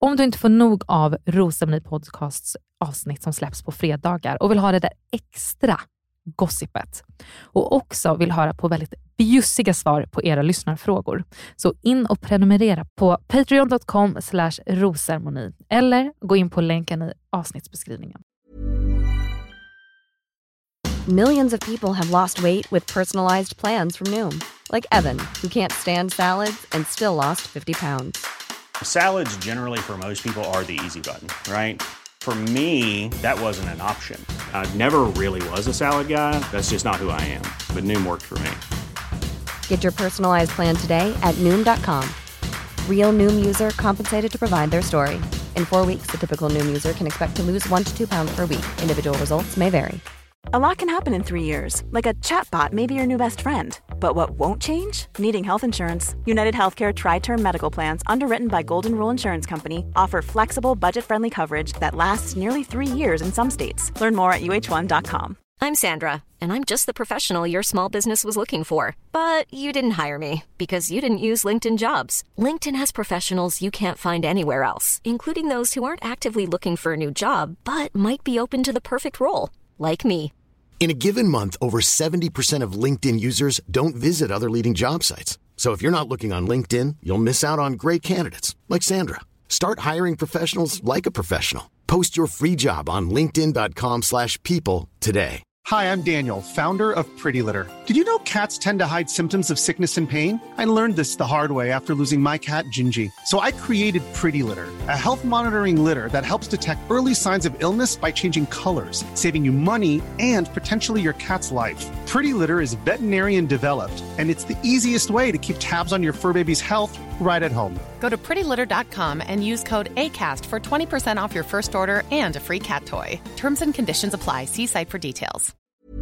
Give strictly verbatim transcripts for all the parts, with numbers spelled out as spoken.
Om du inte får nog av Rosceremoni Podcasts avsnitt som släpps på fredagar och vill ha det där extra gossipet och också vill höra på väldigt bjussiga svar på era lyssnarfrågor, så in och prenumerera på patreon dot com slash rosceremoni eller gå in på länken i avsnittsbeskrivningen. Millions of people have lost weight with personalized plans from Noom. Like Evan, who can't stand salads and still lost fifty pounds. Salads generally for most people are the easy button, right? For me, that wasn't an option. I never really was a salad guy. That's just not who I am. But Noom worked for me. Get your personalized plan today at Noom dot com. Real Noom user compensated to provide their story. In four weeks, the typical Noom user can expect to lose one to two pounds per week. Individual results may vary. A lot can happen in three years, like a chatbot may be your new best friend. But what won't change? Needing health insurance. United Healthcare Tri-Term Medical Plans, underwritten by Golden Rule Insurance Company, offer flexible, budget-friendly coverage that lasts nearly three years in some states. Learn more at U H one dot com. I'm Sandra, and I'm just the professional your small business was looking for. But you didn't hire me, because you didn't use LinkedIn Jobs. LinkedIn has professionals you can't find anywhere else, including those who aren't actively looking for a new job, but might be open to the perfect role, like me. In a given month, over seventy percent of LinkedIn users don't visit other leading job sites. So if you're not looking on LinkedIn, you'll miss out on great candidates like Sandra. Start hiring professionals like a professional. Post your free job on linkedin dot com slash people today. Hi, I'm Daniel, founder of Pretty Litter. Did you know cats tend to hide symptoms of sickness and pain? I learned this the hard way after losing my cat, Gingy. So I created Pretty Litter, a health monitoring litter that helps detect early signs of illness by changing colors, saving you money and potentially your cat's life. Pretty Litter is veterinarian developed, and it's the easiest way to keep tabs on your fur baby's health right at home. Go to pretty litter dot com and use code ACAST for twenty percent off your first order and a free cat toy. Terms and conditions apply. See site for details.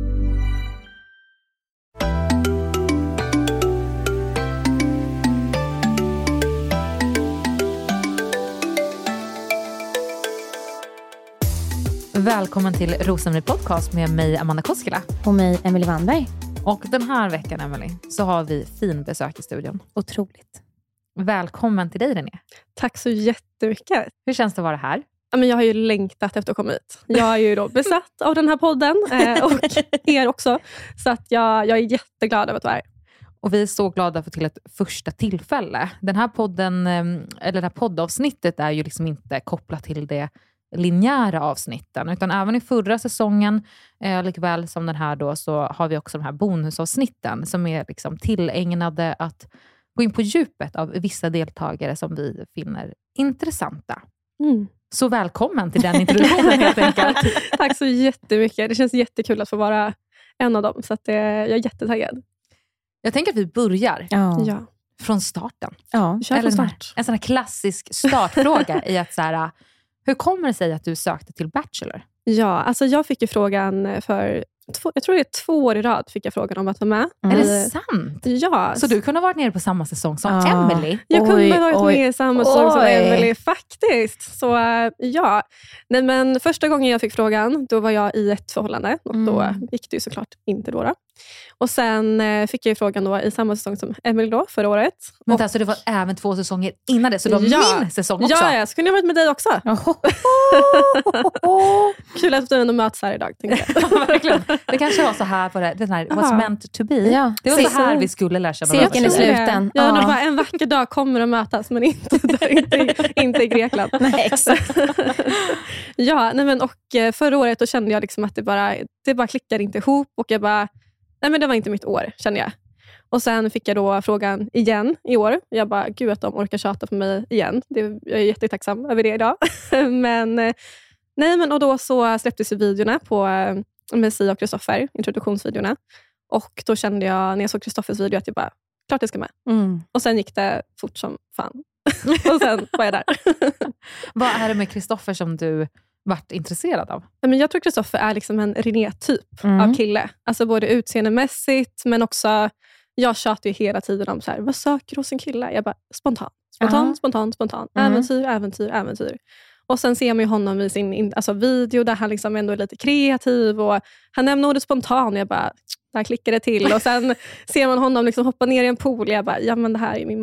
Välkommen till Rosceremoni Podcast med mig, Amanda Koskela. Och mig, Emily Wannberg. Och den här veckan, Emily, så har vi fin besök i studion. Otroligt. Välkommen till dig, René. Tack så jättemycket. Hur känns det att vara här? Ja, men jag har ju längtat efter att komma hit. Jag är ju då besatt av den här podden eh, och er också. Så att jag, jag är jätteglad över att vara här. Och vi är så glada för till ett första tillfälle. Den här podden, eller det här poddavsnittet är ju liksom inte kopplat till det linjära avsnitten, utan även i förra säsongen eh, likväl som den här då, så har vi också de här bonusavsnitten som är liksom tillägnade att gå in på djupet av vissa deltagare som vi finner intressanta. Mm. Så välkommen till den introduktionen helt enkelt. Tack så jättemycket. Det känns jättekul att få vara en av dem, så att, eh, jag är jättetaggad. Jag tänker att vi börjar ja. Ja. från starten. Ja, kör Eller från start. En sån här klassisk startfråga i att så här, hur kommer det sig att du sökte till Bachelor? Ja, alltså jag fick ju frågan för, två, jag tror det är två år i rad fick jag frågan om att vara med. Mm. Är det sant? Ja. Så du kunde ha varit nere på samma säsong som ja. Emily? Jag oj, kunde ha varit oj, med i samma oj. säsong som Emily, faktiskt. Så ja. Nej, men första gången jag fick frågan, då var jag i ett förhållande. Och då mm. gick det ju såklart inte då. då. Och sen eh, fick jag ju frågan då i samma säsng som Emily då, förra året. Men och, alltså det var även två säsonger innan det, så det var ja, min säsong också. Ja, ja, så kunde jag varit med dig också. Oh, oh, oh, oh. Kul att du ändå möts här idag, tänkte jag. Ja, verkligen. Det kanske var så här på det, den här what's meant to be. Ja. Det var Se, så här vi skulle lära känna varandra. Cirkeln i sluten. Ja, ja. Bara, en vacker dag kommer de mötas, men inte, där, inte, inte i Grekland. Nej, exakt. Ja, nej, men, och förra året då kände jag liksom att det bara, det bara klickade inte ihop. Och jag bara, nej men det var inte mitt år, kände jag. Och sen fick jag då frågan igen i år. Jag bara, gud att de orkar tjata på mig igen. Det, jag är jättetacksam över det idag. men, nej men och då så släpptes ju videorna på med Sia och Kristoffer, introduktionsvideorna. Och då kände jag, när jag såg Kristoffers video, att jag bara, klart jag ska med. Mm. Och sen gick det fort som fan. Och sen var jag där. Vad är det med Kristoffer som du varit intresserad av? Men jag tror Kristoffer är liksom en René-typ mm. av kille. Alltså både utseendemässigt, men också, jag tjatar ju hela tiden om så här, vad söker hos en kille? Jag bara, spontan, spontan, uh-huh. spontan, spontan. Mm. Äventyr, äventyr, äventyr. Och sen ser man ju honom i sin alltså, video där han liksom ändå är lite kreativ och han nämner ordet spontan och jag bara, där klickar det till. Och sen ser man honom liksom hoppa ner i en pool och jag bara, ja men det här är min man.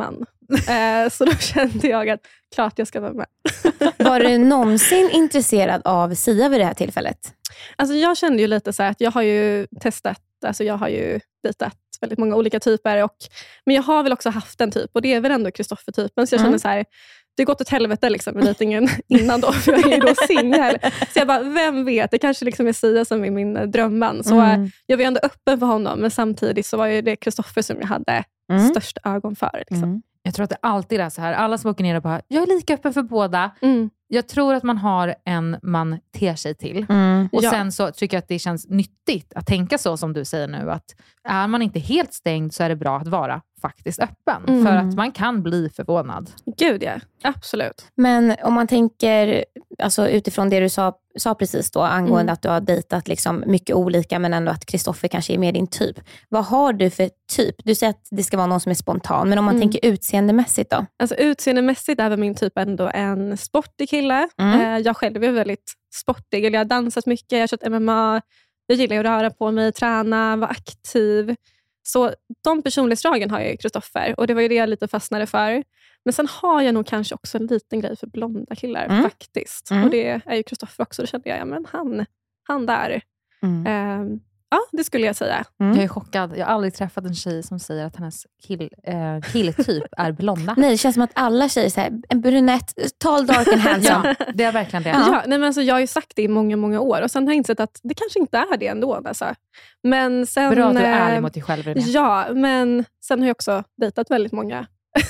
Eh, så då kände jag att klart jag ska vara med. Var du någonsin intresserad av Sia vid det här tillfället? Alltså jag kände ju lite så här att jag har ju testat, alltså jag har ju dejtat väldigt många olika typer. Och, men jag har väl också haft en typ och det är väl ändå Kristoffer-typen. Så jag Mm. kände så här, det har gått åt helvete liksom med dejtingen innan då, för jag är ju då singel. Så jag bara, vem vet, det kanske liksom är Sia som är min drömman. Så Mm. äh, jag var ju ändå öppen för honom, men samtidigt så var ju det Kristoffer som jag hade Mm. störst ögon för. Liksom. Mm. Jag tror att det alltid är så här. Alla som åker ner och bara, jag är lika öppen för båda. Mm. Jag tror att man har en man ter sig till. Mm. Och Ja. sen så tycker jag att det känns nyttigt att tänka så som du säger nu. Att är man inte helt stängd så är det bra att vara faktiskt öppen. Mm. För att man kan bli förvånad. Gud ja, absolut. Men om man tänker alltså utifrån det du sa, sa precis då angående Mm. att du har dejtat liksom mycket olika men ändå att Kristoffer kanske är mer din typ. Vad har du för typ? Du säger att det ska vara någon som är spontan, men om man Mm. tänker utseendemässigt då? Alltså utseendemässigt är väl min typ ändå en sportig kille. Mm. Eh, jag själv är väldigt sportig. Eller jag har dansat mycket, jag har kört M M A. Jag gillar att röra på mig, träna, vara aktiv. Så de personlighetsdragen har jag i Kristoffer. Och det var ju det jag lite fastnade för. Men sen har jag nog kanske också en liten grej för blonda killar Mm. faktiskt. Mm. Och det är ju Kristoffer också. Då kände jag, ja men han, han där. Mm. Eh, ja, det skulle jag säga. Mm. Jag är chockad. Jag har aldrig träffat en tjej som säger att hennes kill, eh, killtyp är blonda. Nej, det känns som att alla tjejer säger en brunett, tall, dark and handsome. Ja, det är verkligen det. Ja. Ja, nej, men alltså, jag har ju sagt det i många, många år. Och sen har jag insett att det kanske inte är det ändå. Alltså. Men sen, Bra att du är eh, ärlig mot dig själv. René. Ja, men sen har jag också dejtat väldigt många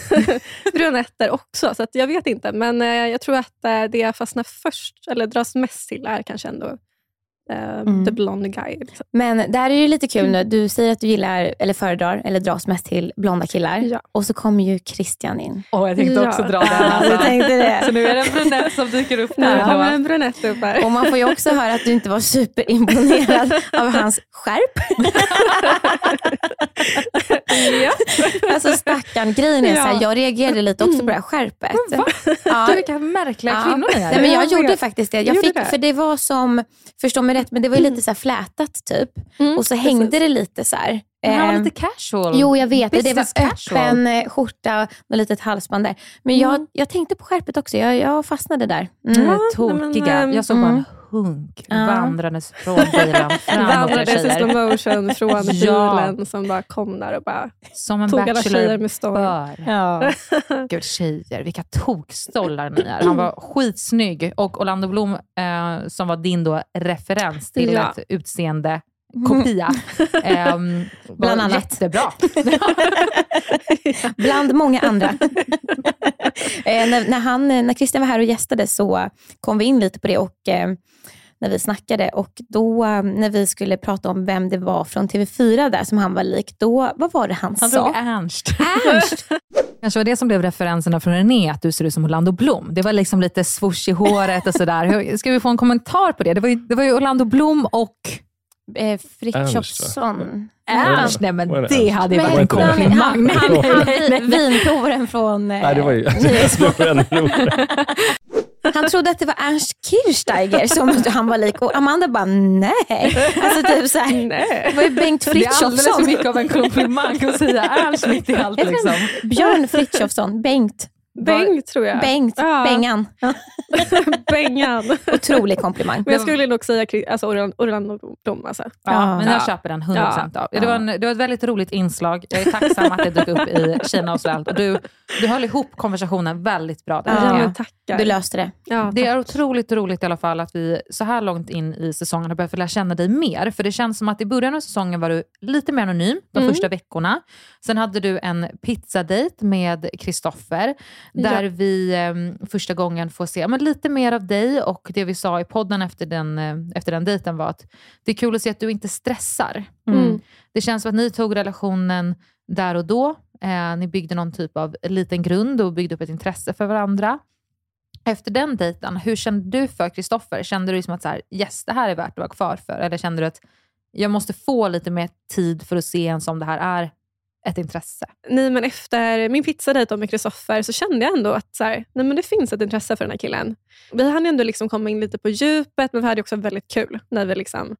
brunetter också. Så att jag vet inte. Men eh, jag tror att eh, det jag fastnar först, eller dras mest till, är kanske ändå eh, Mm. the blonde guy. Liksom. Men där är ju lite kul nu. Du säger att du gillar, eller föredrar, eller dras mest till blonda killar. Ja. Och så kommer ju Christian in. Åh, jag tänkte Ja. också dra den. Ja, Alltså. jag tänkte det. Så nu är det en brunett som dyker upp där. Nu kommer Ja. en brunett upp här. Och man får ju också höra att du inte var superimponerad av hans skärp. Ja. Alltså stackarn, grejen är Ja. så här, jag reagerade lite också på det här skärpet. Va? Ja. Du, vilka märkliga Ja. kvinnor ni är. Nej, men jag Jag gjorde vet. faktiskt det. Jag Gjorde fick, det? för det var som, förstå mig rätt, men det var ju lite så här flätat typ. Mm, Och så precis. hängde det lite så här. Men han var Ehm, lite casual. Jo, jag vet. Det, det Business var casual. öppen eh, skjorta och litet halsband där. Men jag, Mm. jag tänkte på skärpet också. Jag, jag fastnade där. Mm. Mm. Ja, Tokiga. men, ehm, jag såg bara mm. en hunk Ja. vandrandes från bilen fram mot er Vandrades i slow tjejer. motion från Ja. bilen som bara kom där och bara Som en tog alla tjejer bachelor med storm. bör. Ja. Gud, tjejer, vilka tokstollar ni är. Han var skitsnygg. Och Orlando Bloom, eh, som var din då referens till Ja. ett utseende kopia. ehm, var Bland annat. Jättebra. Bland många andra. eh, när, när, han, när Christian var här och gästade så kom vi in lite på det och eh, när vi snackade och då eh, när vi skulle prata om vem det var från T V fyra där som han var lik, då, vad var det han, Han sa? drog Ernst. Ernst! Kanske var det som blev referenserna från René, att du ser ut som Orlando Bloom. Det var liksom lite swoosh i håret och sådär. Hur- Ska vi få en kommentar på det? Det var ju, det var ju Orlando Bloom och Eh, Frithiofsson. Ernst. Nej, men Vad är det? det hade ju Men varit en han- komplimang. Han, han, han, vin, vinprovaren från... Eh, Nej, det var ju... Nyhetsmorgon. det var ännu roligare. Han trodde att det var Ernst Kirchsteiger som han var lik och Amanda bara nej. Alltså typ så här, Nej. det var ju Bengt Det är alldeles för Frithiofsson. mycket av en komplimang att säga Ernst mitt i allt. Heter Liksom. han Björn Frithiofsson, Bengt. Bengt tror jag. Bengt, Ja. Bengan. Bengan. Otrolig komplimang. Men jag skulle nog säga alltså, Orlando, Orlando Bloom. Alltså. Ja, Ja. men jag Ja. köper den hundra procent av. Det Ja. var, en, det var ett väldigt roligt inslag. Jag är tacksam att det dök upp i Kina och sådär. Och du, du höll ihop konversationen väldigt bra. Där. Ja. Ja, Ja. men tackar. Du löste det. Ja, Det är otroligt roligt i alla fall att vi så här långt in i säsongen har börjat få lära känna dig mer. För det känns som att i början av säsongen var du lite mer anonym de Mm. första veckorna. Sen hade du en pizzadejt med Kristoffer. Där Ja. vi eh, första gången får se men, lite mer av dig. Och det vi sa i podden efter den, eh, efter den dejten var att det är kul att se att du inte stressar. Mm. Det känns som att ni tog relationen där och då. Eh, ni byggde någon typ av liten grund och byggde upp ett intresse för varandra. Efter den dejten, hur kände du för Kristoffer? Kände du som att så här, yes, det här är värt att vara kvar för? Eller kände du att jag måste få lite mer tid för att se ens om det här är ett intresse? Nej, men efter min pizzadejt med Kristoffer så kände jag ändå att så här, nej, men det finns ett intresse för den här killen. Vi hade ändå liksom komma in lite på djupet, men vi hade också väldigt kul när vi liksom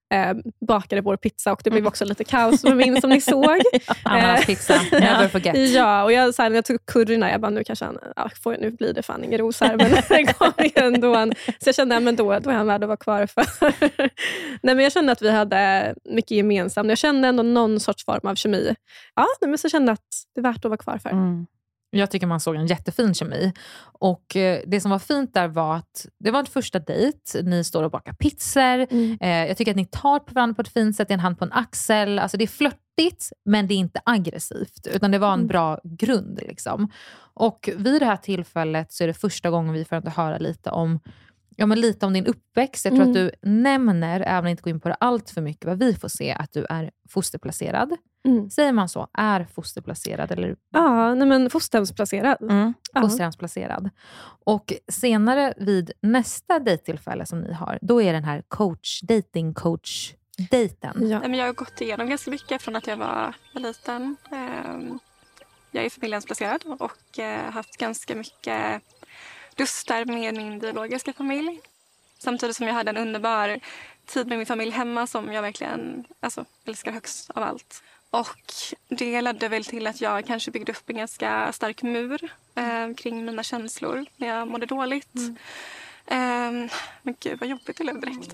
eh, bakade vår pizza och det blev också lite kaos med min som ni såg. Annas pizza, never forget. Ja, och jag, så här, när jag tog curryna, jag bara, nu kanske han, ja, får, nu blir det fan ingen ros här, men det går ju ändå han. Så jag kände, ja, men då, då är han värd att vara kvar för. Nej, men jag kände att vi hade mycket gemensamt. Jag kände ändå någon sorts form av kemi. Ja, men så kände jag att det är värt att vara kvar för. Mm. Jag tycker man såg en jättefin kemi. Och eh, det som var fint där var att det var en första dejt. Ni står och bakar pizzor. Mm. Eh, jag tycker att ni tar på varandra på ett fint sätt. En hand på en axel. Alltså det är flörtigt, men det är inte aggressivt. Utan det var en mm. bra grund liksom. Och vid det här tillfället så är det första gången vi får höra lite om Ja, men lite om din uppväxt. Jag tror mm. att du nämner, även om jag inte går in på det allt för mycket, vad vi får se, att du är fosterplacerad. Mm. Säger man så? Är fosterplacerad? Eller? Ja, nej men fosterhemsplacerad. Mm. Fosterhemsplacerad. Och senare vid nästa dejttillfälle som ni har, då är den här coach, dating coach dejten. Ja. Jag har gått igenom ganska mycket från att jag var liten. Jag är familjehemsplacerad och haft ganska mycket lustar med min biologiska familj. Samtidigt som jag hade en underbar tid med min familj hemma som jag verkligen alltså, älskar högst av allt. Och det ledde väl till att jag kanske byggde upp en ganska stark mur eh, kring mina känslor när jag mådde dåligt. Mm. Eh, men gud, vad jobbigt det blev direkt.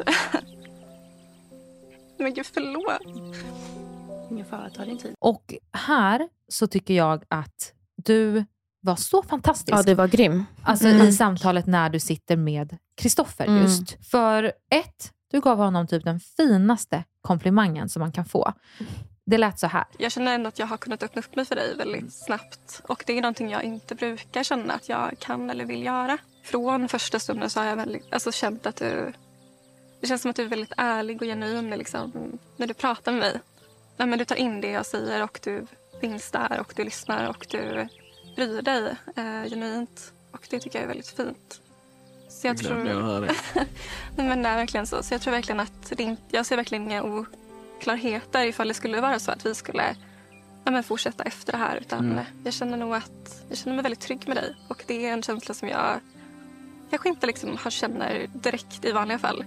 Men gud, förlåt. Ingen fara, ta din tid. Och här så tycker jag att du var så fantastisk. Ja, det var grym. Alltså mm. i samtalet när du sitter med Kristoffer mm. just. För ett, du gav honom typ den finaste komplimangen som man kan få. Det lät så här. Jag känner ändå att jag har kunnat öppna upp mig för dig väldigt snabbt. Och det är någonting jag inte brukar känna att jag kan eller vill göra. Från första stunden så har jag väldigt, alltså, känt att du... Det känns som att du är väldigt ärlig och genuin liksom, när du pratar med mig. Ja, men du tar in det jag säger och du finns där och du lyssnar och du bryr dig eh, genuint. Och det tycker jag är väldigt fint. Så jag, jag tror... Jag hör det. Nej, men det är verkligen så. Så jag tror verkligen att det inte... Jag ser verkligen inga oklarheter ifall det skulle vara så att vi skulle ja, men fortsätta efter det här. Utan mm. jag känner nog att jag känner mig väldigt trygg med dig. Och det är en känsla som jag kanske inte liksom har känner direkt i vanliga fall.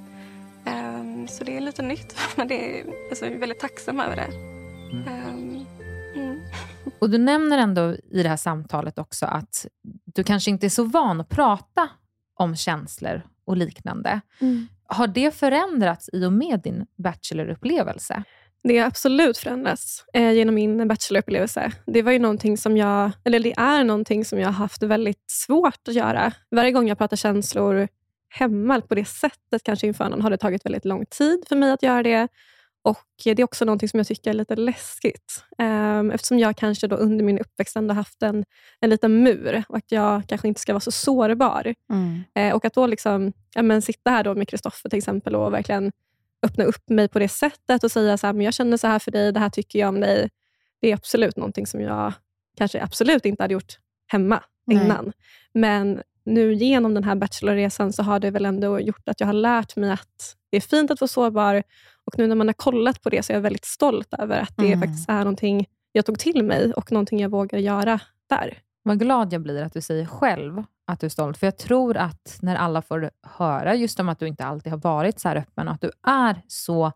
Um, så det är lite nytt. Men det är, alltså, jag är väldigt tacksam över det. Mm. Um, mm. Och du nämner ändå i det här samtalet också att du kanske inte är så van att prata om känslor och liknande. Mm. Har det förändrats i och med din bachelorupplevelse? Det har absolut förändrats eh, genom min bachelorupplevelse. Det var ju någonting som jag, eller det är någonting som jag har haft väldigt svårt att göra. Varje gång jag pratar känslor hemma på det sättet, kanske inför någon, har det tagit väldigt lång tid för mig att göra det. Och det är också någonting som jag tycker är lite läskigt. Um, eftersom jag kanske då under min uppväxt ändå haft en, en liten mur. Och att jag kanske inte ska vara så sårbar. Mm. Uh, och att då liksom, ja, men sitta här då med Kristoffer till exempel och verkligen öppna upp mig på det sättet. Och säga så här, men jag känner så här för dig, det här tycker jag om dig. Det är absolut någonting som jag kanske absolut inte hade gjort hemma innan. Nej. Men nu genom den här bachelorresan så har det väl ändå gjort att jag har lärt mig att det är fint att vara sårbar. Och nu när man har kollat på det så är jag väldigt stolt över att det mm. faktiskt är någonting jag tog till mig och någonting jag vågar göra där. Vad glad jag blir att du säger själv att du är stolt. För jag tror att när alla får höra just om att du inte alltid har varit så här öppen och att du är så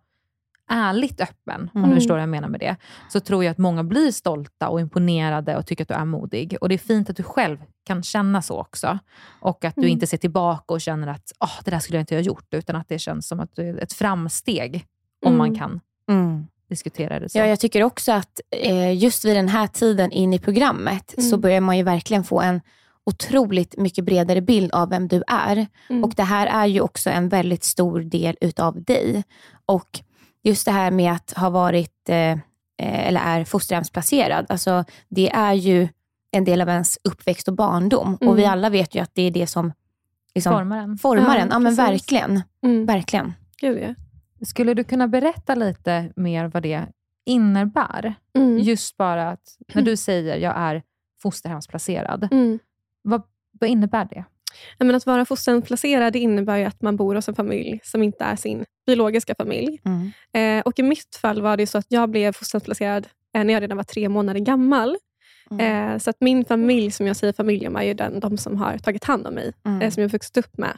ärligt öppen, om mm. du förstår vad jag menar med det, så tror jag att många blir stolta och imponerade och tycker att du är modig. Och det är fint att du själv kan känna så också. Och att du mm. inte ser tillbaka och känner att oh, det där skulle jag inte ha gjort, utan att det känns som att det är ett framsteg om mm. man kan mm. diskutera det så. Ja, jag tycker också att eh, just vid den här tiden in i programmet mm. så börjar man ju verkligen få en otroligt mycket bredare bild av vem du är. Mm. Och det här är ju också en väldigt stor del utav dig. Och just det här med att ha varit eh, eller är fosterhemsplacerad, alltså det är ju en del av ens uppväxt och barndom. Mm. Och vi alla vet ju att det är det som liksom, formar en. Formar en. Ja, ja men verkligen. Mm. Verkligen. Gud, ja. Skulle du kunna berätta lite mer vad det innebär? Mm. Just bara att när du säger jag är fosterhemsplacerad. Mm. Vad, vad innebär det? Men att vara fosterhemsplacerad innebär ju att man bor hos en familj som inte är sin biologiska familj. Mm. Eh, och i mitt fall var det så att jag blev fosterhemsplacerad eh, när jag redan var tre månader gammal. Mm. Eh, så att min familj, som jag säger familjen, är ju den, de som har tagit hand om mig. Mm. Eh, som jag vuxit upp med.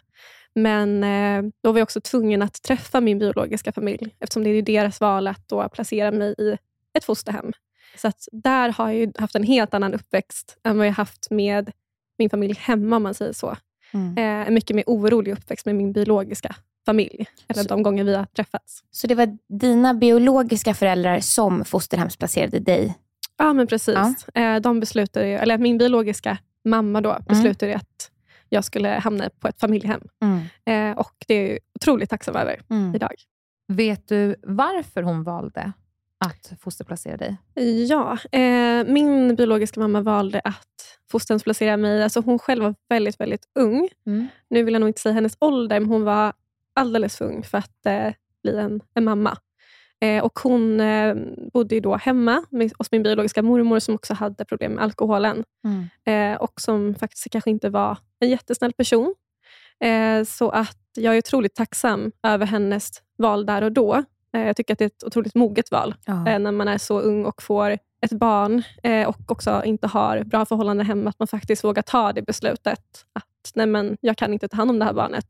Men eh, då var jag också tvungen att träffa min biologiska familj. Eftersom det är deras val att då placera mig i ett fosterhem. Så att där har jag ju haft en helt annan uppväxt än vad jag haft med min familj hemma, om man säger så. Mm. Eh, en mycket mer orolig uppväxt med min biologiska familj. Eller så, de gånger vi har träffats. Så det var dina biologiska föräldrar som fosterhemsplacerade dig? Ja, men precis. Ja. Eh, de beslutade, eller min biologiska mamma då beslutade mm. att jag skulle hamna på ett familjehem. Mm. Eh, och det är jag otroligt tacksam över mm. idag. Vet du varför hon valde att fosterplacera dig? Ja, eh, min biologiska mamma valde att fosterhemsplacera mig. Alltså hon själv var väldigt, väldigt ung. Mm. Nu vill jag nog inte säga hennes ålder, men hon var alldeles för ung för att eh, bli en, en mamma. Eh, och hon eh, bodde ju då hemma med, hos min biologiska mormor som också hade problem med alkoholen. Mm. Eh, och som faktiskt kanske inte var en jättesnäll person. Eh, så att jag är otroligt tacksam över hennes val där och då. Eh, jag tycker att det är ett otroligt moget val. Ja. Eh, när man är så ung och får ett barn eh, och också inte har bra förhållanden hemma. Att man faktiskt vågar ta det beslutet. Att nej men, jag kan inte ta hand om det här barnet.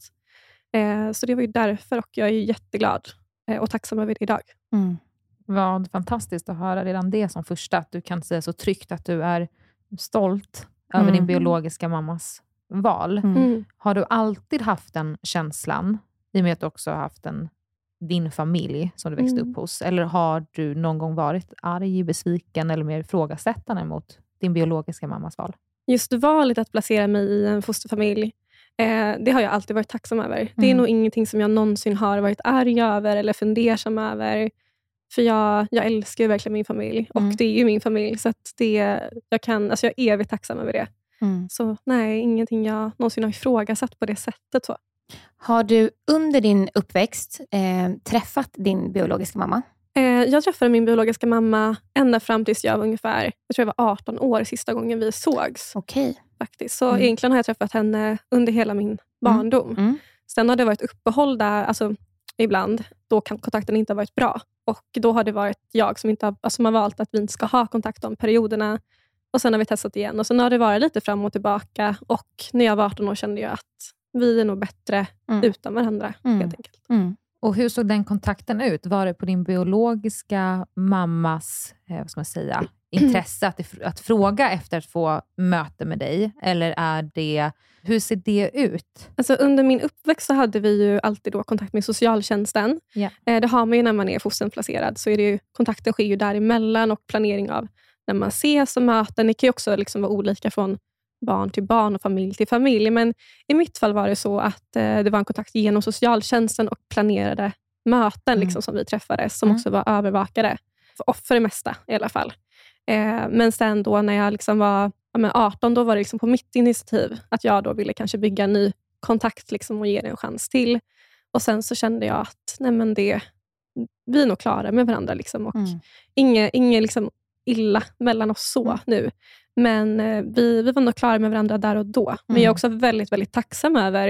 Eh, så det var ju därför, och jag är jätteglad eh, och tacksam över det idag. Mm. Vad fantastiskt att höra redan det som första. Att du kan säga så tryggt att du är stolt över mm. din biologiska mammas val. Mm. Har du alltid haft den känslan i och med att du också har haft en, din familj som du växte mm. upp hos? Eller har du någon gång varit arg, besviken eller mer ifrågasättande mot din biologiska mammas val? Just valet att placera mig i en fosterfamilj, eh, det har jag alltid varit tacksam över. Mm. Det är nog ingenting som jag någonsin har varit arg över eller fundersam över. För jag, jag älskar verkligen min familj. Och mm. det är ju min familj. Så att det, jag, kan, alltså jag är evigt tacksam över det. Mm. Så nej, ingenting jag någonsin har ifrågasatt på det sättet. Så. Har du under din uppväxt eh, träffat din biologiska mamma? Eh, jag träffade min biologiska mamma ända fram tills jag var ungefär, jag tror jag var arton år sista gången vi sågs. Okej. Faktiskt. Så mm. egentligen har jag träffat henne under hela min barndom. Mm. Mm. Sen har det varit uppehåll där, alltså ibland, då kan kontakten inte ha varit bra. Och då har det varit jag som inte har, alltså har valt att vi inte ska ha kontakt om perioderna. Och sen har vi testat igen. Och sen har det varit lite fram och tillbaka. Och när jag var arton år kände jag att vi är nog bättre mm. utan varandra. Mm. Helt enkelt. Mm. Och hur såg den kontakten ut? Var det på din biologiska mammas eh, vad ska man säga, intresse att, att fråga efter att få möte med dig? Eller är det, hur ser det ut? Alltså under min uppväxt så hade vi ju alltid då kontakt med socialtjänsten. Yeah. Eh, det har man ju när man är fosterplacerad. Så är det ju, kontakten sker ju däremellan och planering av när man ses och möten. Det kan ju också liksom vara olika från barn till barn och familj till familj. Men i mitt fall var det så att eh, det var en kontakt genom socialtjänsten och planerade möten mm. liksom, som vi träffades. Som mm. också var övervakade. För, för det mesta i alla fall. Eh, men sen då när jag liksom var ja, men arton, då var det liksom på mitt initiativ. Att jag då ville kanske bygga en ny kontakt liksom, och ge det en chans till. Och sen så kände jag att nej, men det, vi är nog klara med varandra. Liksom, och mm. inget, inget liksom, illa mellan oss så mm. nu. Men eh, vi, vi var nog klara med varandra där och då. Mm. Men jag är också väldigt, väldigt tacksam över,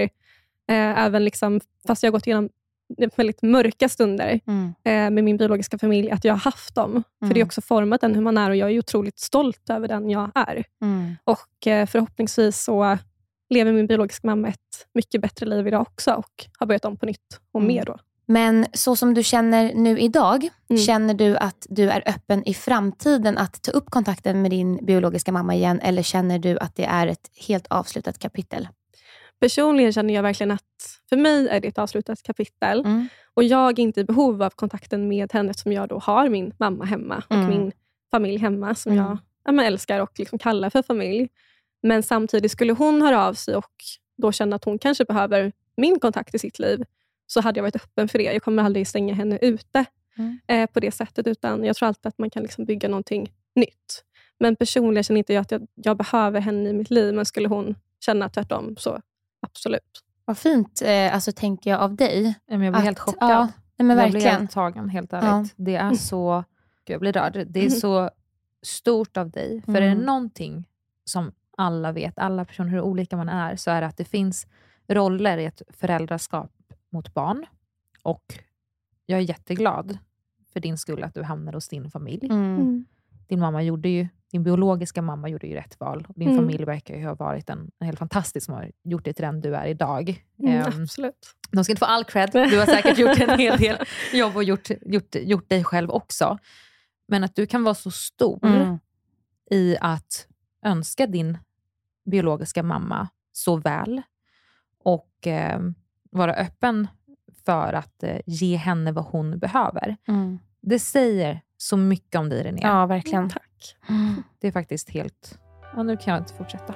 eh, även liksom, fast jag har gått igenom väldigt mörka stunder mm. eh, med min biologiska familj, att jag har haft dem. Mm. För det är också format den hur man är, och jag är otroligt stolt över den jag är. Mm. Och eh, förhoppningsvis så lever min biologiska mamma ett mycket bättre liv idag också, och har börjat om på nytt och mm. mer då. Men så som du känner nu idag, mm. känner du att du är öppen i framtiden att ta upp kontakten med din biologiska mamma igen, eller känner du att det är ett helt avslutat kapitel? Personligen känner jag verkligen att för mig är det ett avslutat kapitel. Mm. Och jag är inte i behov av kontakten med henne, som jag då har min mamma hemma och mm. min familj hemma som mm. jag ja, men älskar och liksom kallar för familj. Men samtidigt skulle hon höra av sig och då känna att hon kanske behöver min kontakt i sitt liv, så hade jag varit öppen för det. Jag kommer aldrig stänga henne ute mm. eh, på det sättet, utan jag tror alltid att man kan liksom bygga någonting nytt. Men personligen känner inte jag att jag, jag behöver henne i mitt liv, men skulle hon känna tvärtom, så absolut. Vad fint, eh, alltså tänker jag av dig. Jag blir att, helt chockad. Ja, men jag verkligen. blir helt tagen, helt ärligt. Ja. Det är så, jag blir rörd. Det är så stort av dig. För mm. är det någonting som alla vet, alla personer, hur olika man är, så är det att det finns roller i ett föräldraskap mot barn. Och jag är jätteglad för din skull att du hamnade hos din familj. Mm. Din mamma gjorde ju, din biologiska mamma gjorde ju rätt val. Och din mm. familj verkar ju ha varit en, en helt fantastisk som har gjort det till den du är idag. Mm, um, absolut. De ska inte få all cred. Du har säkert gjort en hel del jobb och gjort, gjort, gjort dig själv också. Men att du kan vara så stor mm. i att önska din biologiska mamma så väl. Och eh, vara öppen för att eh, ge henne vad hon behöver. Mm. Det säger så mycket om dig, René. Ja, verkligen. Tack. Mm. Det är faktiskt helt... Ja, nu kan jag inte fortsätta.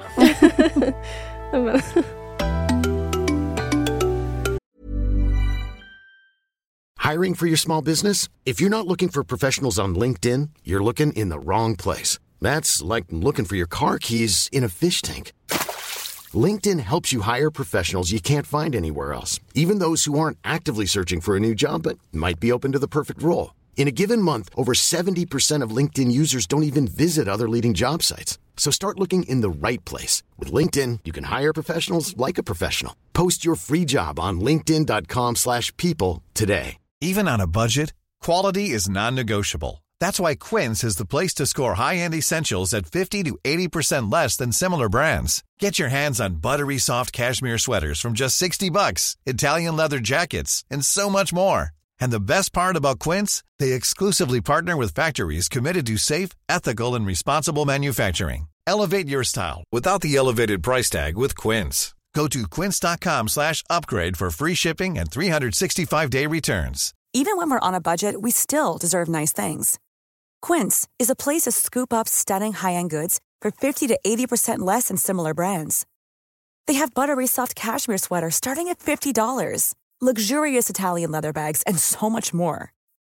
Hiring for your small business? If you're not looking for professionals on LinkedIn, you're looking in the wrong place. That's like looking for your car keys in a fish tank. LinkedIn helps you hire professionals you can't find anywhere else, even those who aren't actively searching for a new job but might be open to the perfect role. In a given month, over seventy percent of LinkedIn users don't even visit other leading job sites. So start looking in the right place. With LinkedIn, you can hire professionals like a professional. Post your free job on linkedin dot com slash people today. Even on a budget, quality is non-negotiable. That's why Quince is the place to score high-end essentials at fifty to eighty percent less than similar brands. Get your hands on buttery soft cashmere sweaters from just sixty bucks, Italian leather jackets, and so much more. And the best part about Quince, they exclusively partner with factories committed to safe, ethical, and responsible manufacturing. Elevate your style without the elevated price tag with Quince. Go to quince dot com slash upgrade for free shipping and three sixty-five day returns. Even when we're on a budget, we still deserve nice things. Quince is a place to scoop up stunning high-end goods for fifty to eighty percent less than similar brands. They have buttery soft cashmere sweaters starting at fifty dollars, luxurious Italian leather bags, and so much more.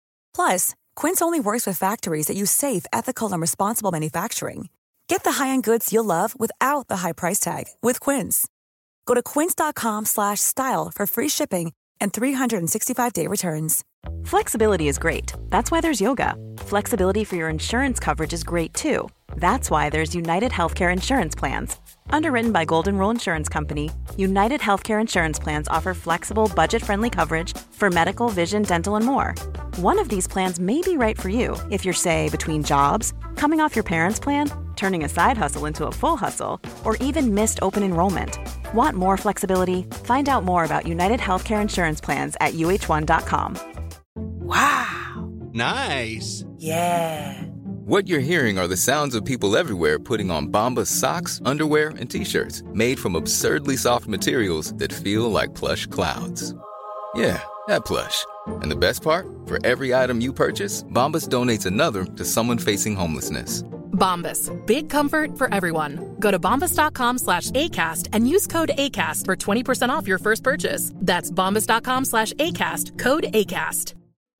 Plus, Quince only works with factories that use safe, ethical, and responsible manufacturing. Get the high-end goods you'll love without the high price tag with Quince. Go to quince dot com slash style for free shipping and three sixty-five day returns. Flexibility is great. That's why there's yoga. Flexibility for your insurance coverage is great too. That's why there's United Healthcare Insurance Plans. Underwritten by Golden Rule Insurance Company, United Healthcare Insurance Plans offer flexible, budget-friendly coverage for medical, vision, dental, and more. One of these plans may be right for you if you're, say, between jobs, coming off your parents' plan, turning a side hustle into a full hustle, or even missed open enrollment. Want more flexibility? Find out more about United Healthcare Insurance Plans at U H one dot com. Wow. Nice. Yeah. What you're hearing are the sounds of people everywhere putting on Bombas socks, underwear, and T-shirts made from absurdly soft materials that feel like plush clouds. Yeah, that plush. And the best part? For every item you purchase, Bombas donates another to someone facing homelessness. Bombas. Big comfort for everyone. Go to bombas dot com slash ACAST and use code ACAST for twenty percent off your first purchase. That's bombas dot com slash ACAST. Code ACAST.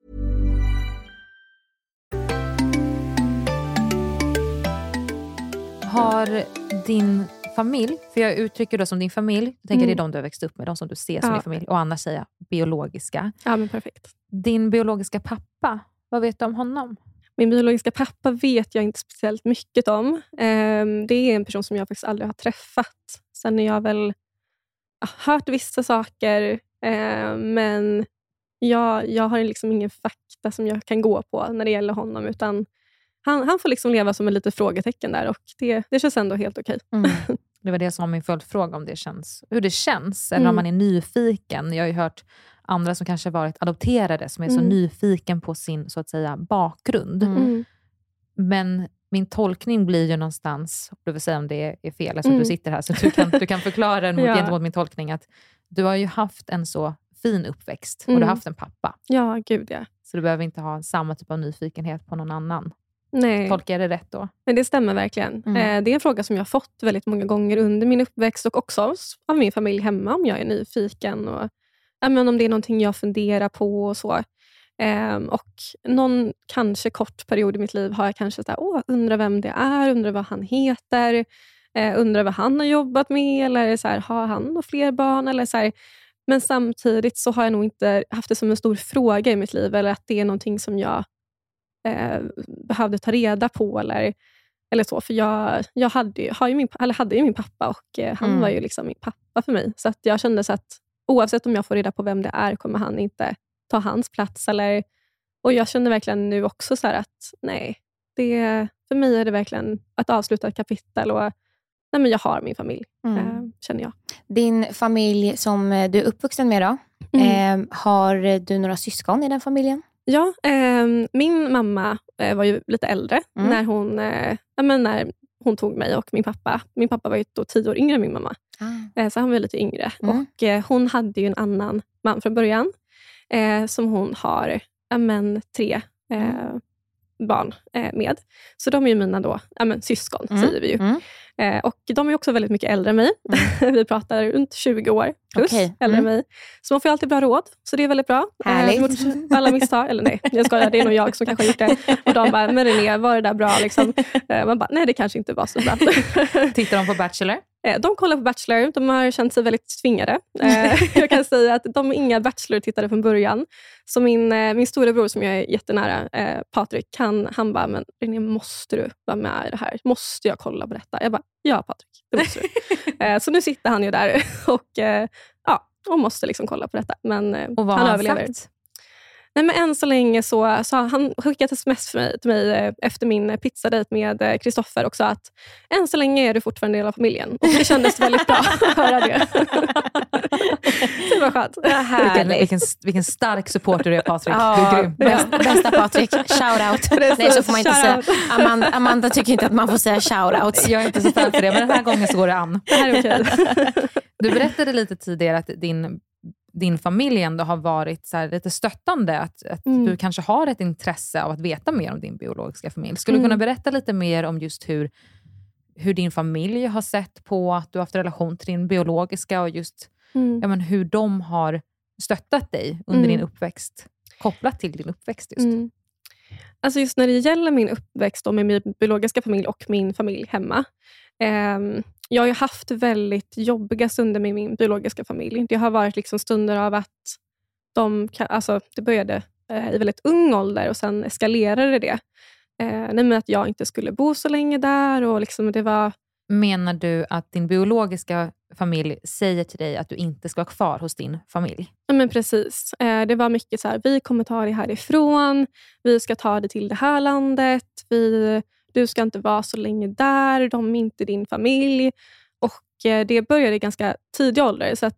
Har din familj, för jag uttrycker då som din familj, jag tänker mm. det är de du har växt upp med, de som du ser som ja. din familj, och annars säger jag biologiska. Ja, men perfekt. Din biologiska pappa, vad vet du om honom? Min biologiska pappa vet jag inte speciellt mycket om. Det är en person som jag faktiskt aldrig har träffat. Sen har jag väl hört vissa saker, men jag, jag har liksom ingen fakta som jag kan gå på när det gäller honom, utan han, han får liksom leva som en liten frågetecken där, och det, det känns ändå helt okej. Mm. Det var det som var min följdfråga, om det känns, hur det känns, eller mm. om man är nyfiken. Jag har ju hört andra som kanske varit adopterade som är mm. så nyfiken på sin, så att säga, bakgrund. Mm. Men min tolkning blir ju någonstans, du vill säga om det är fel, alltså mm. du sitter här så du kan, du kan förklara den mot, ja. gentemot min tolkning, att du har ju haft en så fin uppväxt mm. och du har haft en pappa. Ja, gud ja. Så du behöver inte ha samma typ av nyfikenhet på någon annan. Nej. Tolkar jag det rätt då? Men det stämmer verkligen. Mm. Eh, det är en fråga som jag har fått väldigt många gånger under min uppväxt, och också av min familj hemma, om jag är nyfiken och ja, men om det är någonting jag funderar på och så. Eh, och någon kanske kort period i mitt liv har jag kanske såhär, åh, undrar vem det är, undrar vad han heter, eh, undrar vad han har jobbat med, eller så här, har han några fler barn, eller så här. Men samtidigt så har jag nog inte haft det som en stor fråga i mitt liv, eller att det är någonting som jag eh, behövde ta reda på, eller, eller så. För jag, jag hade, har ju min, eller hade ju min pappa, och eh, han mm. var ju liksom min pappa för mig. Så att jag kände så att oavsett om jag får reda på vem det är, kommer han inte ta hans plats. Eller, och jag känner verkligen nu också så här att nej, det, för mig är det verkligen att avsluta ett kapitel, och nej men jag har min familj, Mm. eh, känner jag. Din familj som du är uppvuxen med då, Mm. eh, har du några syskon i den familjen? Ja, eh, min mamma eh, var ju lite äldre Mm. när, hon, eh, ja, men när hon tog mig och min pappa. Min pappa var ju då tio år yngre än min mamma. Ah. Eh, så han var lite yngre. Mm. Och eh, hon hade ju en annan man från början. Eh, som hon har ja, men, tre eh, barn eh, med. Så de är ju mina då, ja, men, syskon, Mm. säger vi ju. Mm. Eh, och de är också väldigt mycket äldre än mig. Mm. Vi pratar runt tjugo år plus Okej. äldre än Mm. mig. Så man får ju alltid bra råd. Så det är väldigt bra. Härligt. Eh, gjort alla misstag. Eller nej, jag skojar. Det är nog jag som kanske har gjort det. Och de bara, men René, var det där bra? Liksom. Eh, man bara, nej det kanske inte var så bra. Tittar de på Bachelor? Eh, de kollar på Bachelor. De har känt sig väldigt tvingade. Eh, jag kan säga att de är inga Bachelor-tittare från början. Så min, eh, min storebror som jag är jättenära, eh, Patrik, han, han bara, men René, måste du vara med i det här? Måste jag kolla på detta? Jag bara, ja Patrik, det måste du. eh, så nu sitter han ju där och, eh, ja, och måste liksom kolla på detta. Men eh, Och vad han har han överlever. sagt? Nej, men än så länge så, så har han skickat ett sms för mig, till mig eh, efter min pizzadejt med Kristoffer och sa att än så länge är du fortfarande en del av familjen. Och det kändes väldigt bra att höra det. Så det var skönt. Vilken, vilken, vilken stark supporter du är, Patrik. Ja, Du är grym. bäst, bästa Patrik, shout out. Nej, så får man inte säga. Shout Amanda, Amanda tycker inte att man får säga shout out. Jag är inte så stark för det, men den här gången så går det an. Det här är okej. Du berättade lite tidigare att din, din familj ändå har varit så här lite stöttande. Att, att Mm. du kanske har ett intresse av att veta mer om din biologiska familj. Skulle Mm. du kunna berätta lite mer om just hur, hur din familj har sett på att du har haft relation till din biologiska och just Mm. ja, men hur de har stöttat dig under Mm. din uppväxt, kopplat till din uppväxt just. Mm. Alltså just när det gäller min uppväxt och med min biologiska familj och min familj hemma. Eh, jag har ju haft väldigt jobbiga stunder med min biologiska familj. Det har varit liksom stunder av att de kan, alltså det började eh, i väldigt ung ålder och sen eskalerade det. Eh, nej, men att jag inte skulle bo så länge där och liksom det var... Menar du att din biologiska familj säger till dig att du inte ska vara kvar hos din familj? Ja, men precis. Eh, det var mycket så här, vi kommer ta det härifrån, vi ska ta det till det här landet, vi, du ska inte vara så länge där, de är inte din familj. Och eh, det började i ganska tidig ålder, så att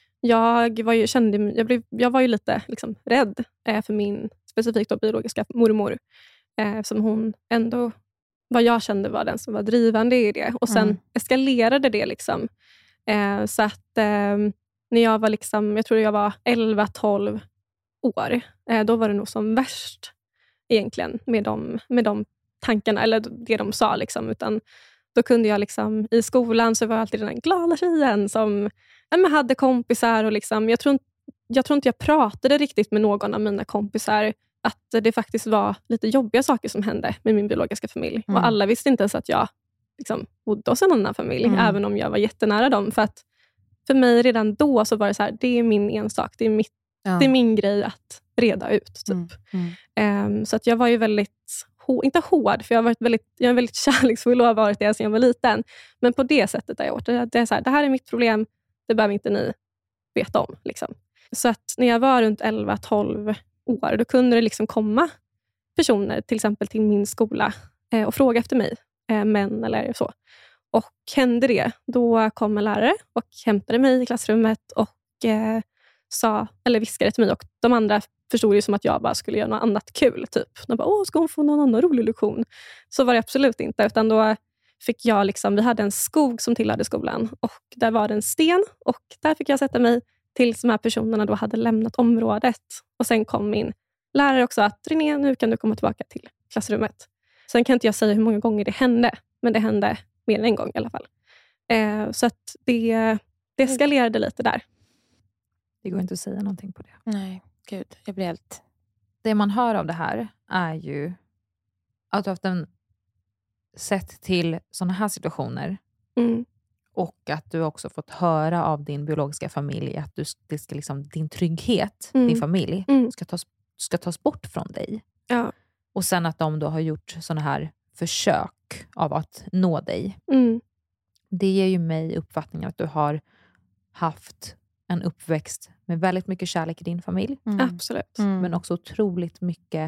jag var ju, kände, jag blev, jag var ju lite liksom, rädd eh, för min specifikt då, biologiska mormor. Eh, som hon ändå, vad jag kände var den som var drivande i det. Och sen Mm. eskalerade det liksom. Eh, så att eh, när jag var liksom, jag tror jag var elva tolv år, eh, då var det nog som värst egentligen med de, med de tankarna, eller det de sa liksom, utan då kunde jag liksom, i skolan så var jag alltid den här glada tjejen som ja, men hade kompisar och liksom, jag tror, inte, jag tror inte jag pratade riktigt med någon av mina kompisar att det faktiskt var lite jobbiga saker som hände med min biologiska familj. Mm. Och alla visste inte ens att jag liksom bodde hos en annan familj, Mm. även om jag var jättenära dem. För att för mig redan då så var det så här, det är min ensak, det är, mitt, Ja. det är min grej att reda ut. Typ. Mm. Mm. Um, så att jag var ju väldigt, hår, inte hård, för jag har varit väldigt, jag är väldigt kärleksfull och har varit det sedan jag var liten. Men på det sättet har jag varit. Det, det, är så här, det här är mitt problem, det behöver inte ni veta om. Liksom. Så att när jag var runt elva tolv år, då kunde det liksom komma personer, till exempel till min skola, eh, och fråga efter mig, eh, män eller så. Och hände det, då kom en lärare och hämtade mig i klassrummet och eh, sa, eller viskade till mig, och de andra förstod ju som att jag bara skulle göra något annat kul. Typ. De bara, åh, ska hon få någon annan rolig lektion? Så var det absolut inte, utan då fick jag liksom, vi hade en skog som tillhörde skolan och där var det en sten och där fick jag sätta mig tills de här personerna då hade lämnat området. Och sen kom min lärare också att René, nu kan du komma tillbaka till klassrummet. Sen kan inte jag säga hur många gånger det hände, men det hände mer än en gång i alla fall. Eh, så att det, det eskalerade lite där. Det går inte att säga någonting på det. Nej, gud, jag blir helt... Det man hör av det här är ju att du har haft en sett till sådana här situationer. Mm. Och att du också fått höra av din biologiska familj att du, det ska liksom, din trygghet, Mm. din familj, Mm. ska, tas, ska tas bort från dig. Ja. Och sen att de då har gjort sådana här försök av att nå dig. Mm. Det ger ju mig uppfattningen att du har haft en uppväxt med väldigt mycket kärlek i din familj. Mm. Absolut. Mm. Men också otroligt mycket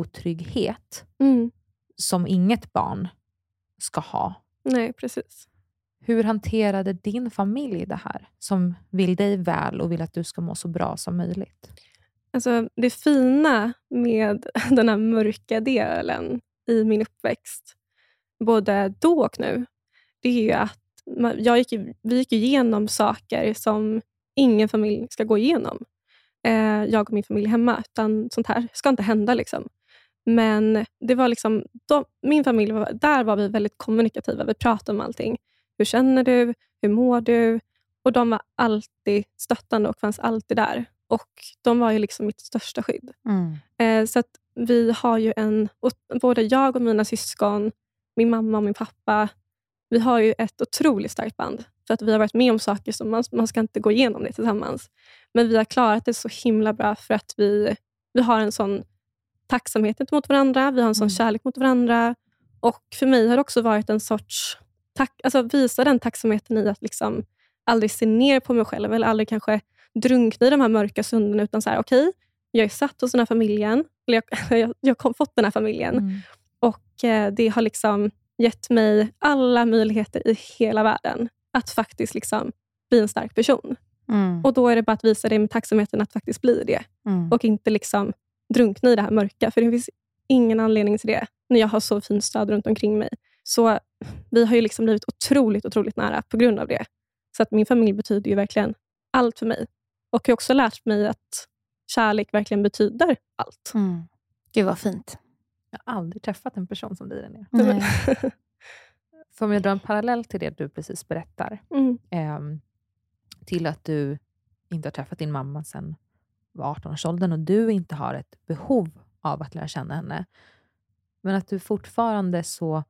otrygghet Mm. som inget barn ska ha. Nej, precis. Hur hanterade din familj det här? Som vill dig väl och vill att du ska må så bra som möjligt. Alltså, det fina med den här mörka delen i min uppväxt, både då och nu, det är ju att man, jag gick, vi gick igenom saker som ingen familj ska gå igenom. Eh, jag och min familj hemma, utan sånt här ska inte hända liksom. Men det var liksom, de, min familj, var, där var vi väldigt kommunikativa. Vi pratade om allting. Hur känner du? Hur mår du? Och de var alltid stöttande och fanns alltid där. Och de var ju liksom mitt största skydd. Mm. Eh, så att vi har ju en, och både jag och mina syskon, min mamma och min pappa, vi har ju ett otroligt starkt band. För att vi har varit med om saker som man, man ska inte gå igenom det tillsammans. Men vi har klarat det så himla bra för att vi, vi har en sån tacksamhet mot varandra. Vi har en sån mm. kärlek mot varandra. Och för mig har det också varit en sorts tack, alltså visa den tacksamheten i att liksom aldrig se ner på mig själv. Eller aldrig kanske drunkna i de här mörka sunden. Utan så här, okej, okay, jag är satt hos den här familjen. Eller jag, jag, jag har fått den här familjen. Mm. Och eh, det har liksom gett mig alla möjligheter i hela världen. Att faktiskt liksom bli en stark person. Mm. Och då är det bara att visa det med tacksamheten att faktiskt bli det. Mm. Och inte liksom drunkna i det här mörka. För det finns ingen anledning till det. När jag har så fint stöd runt omkring mig. Så vi har ju liksom blivit otroligt, otroligt nära på grund av det. Så att min familj betyder ju verkligen allt för mig. Och jag har också lärt mig att kärlek verkligen betyder allt. Mm. Gud vad fint. Jag har aldrig träffat en person som dig, Linnea. Nej. För om jag drar en parallell till det du precis berättar. Mm. Eh, till att du inte har träffat din mamma sedan arton-årsåldern. Och du inte har ett behov av att lära känna henne. Men att du fortfarande så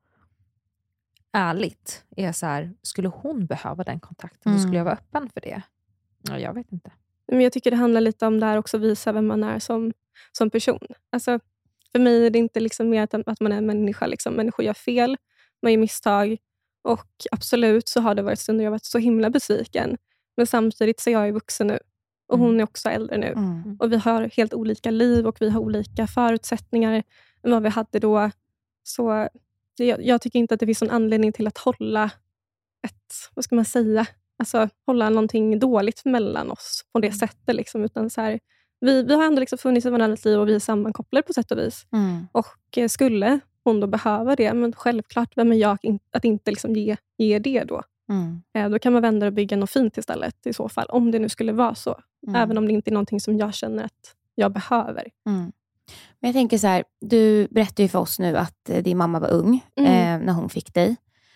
ärligt är så här, skulle hon behöva den kontakten, mm. så skulle jag vara öppen för det. Ja, jag vet inte. Men jag tycker det handlar lite om det här också, visa vem man är som, som person. Alltså, för mig är det inte liksom mer att, att man är en människa. Liksom. Människor gör fel, man gör misstag. Och absolut så har det varit stunder jag varit så himla besviken. Men samtidigt så är jag ju vuxen nu. Och hon är också äldre nu. Mm. Och vi har helt olika liv och vi har olika förutsättningar än vad vi hade då. Så jag, jag tycker inte att det finns någon anledning till att hålla ett, vad ska man säga, alltså hålla någonting dåligt mellan oss på det sättet. Liksom. Utan så här, vi, vi har ändå liksom funnits i varandras liv och vi är sammankopplade på sätt och vis. Mm. Och eh, skulle hon då behöva det, men självklart, vem är jag in, att inte liksom ge, ge det då? Mm. Eh, då kan man vända och bygga något fint istället i så fall, om det nu skulle vara så. Mm. Även om det inte är någonting som jag känner att jag behöver. Mm. Men jag tänker så här, du berättade ju för oss nu att eh, din mamma var ung Mm. eh, när hon fick dig.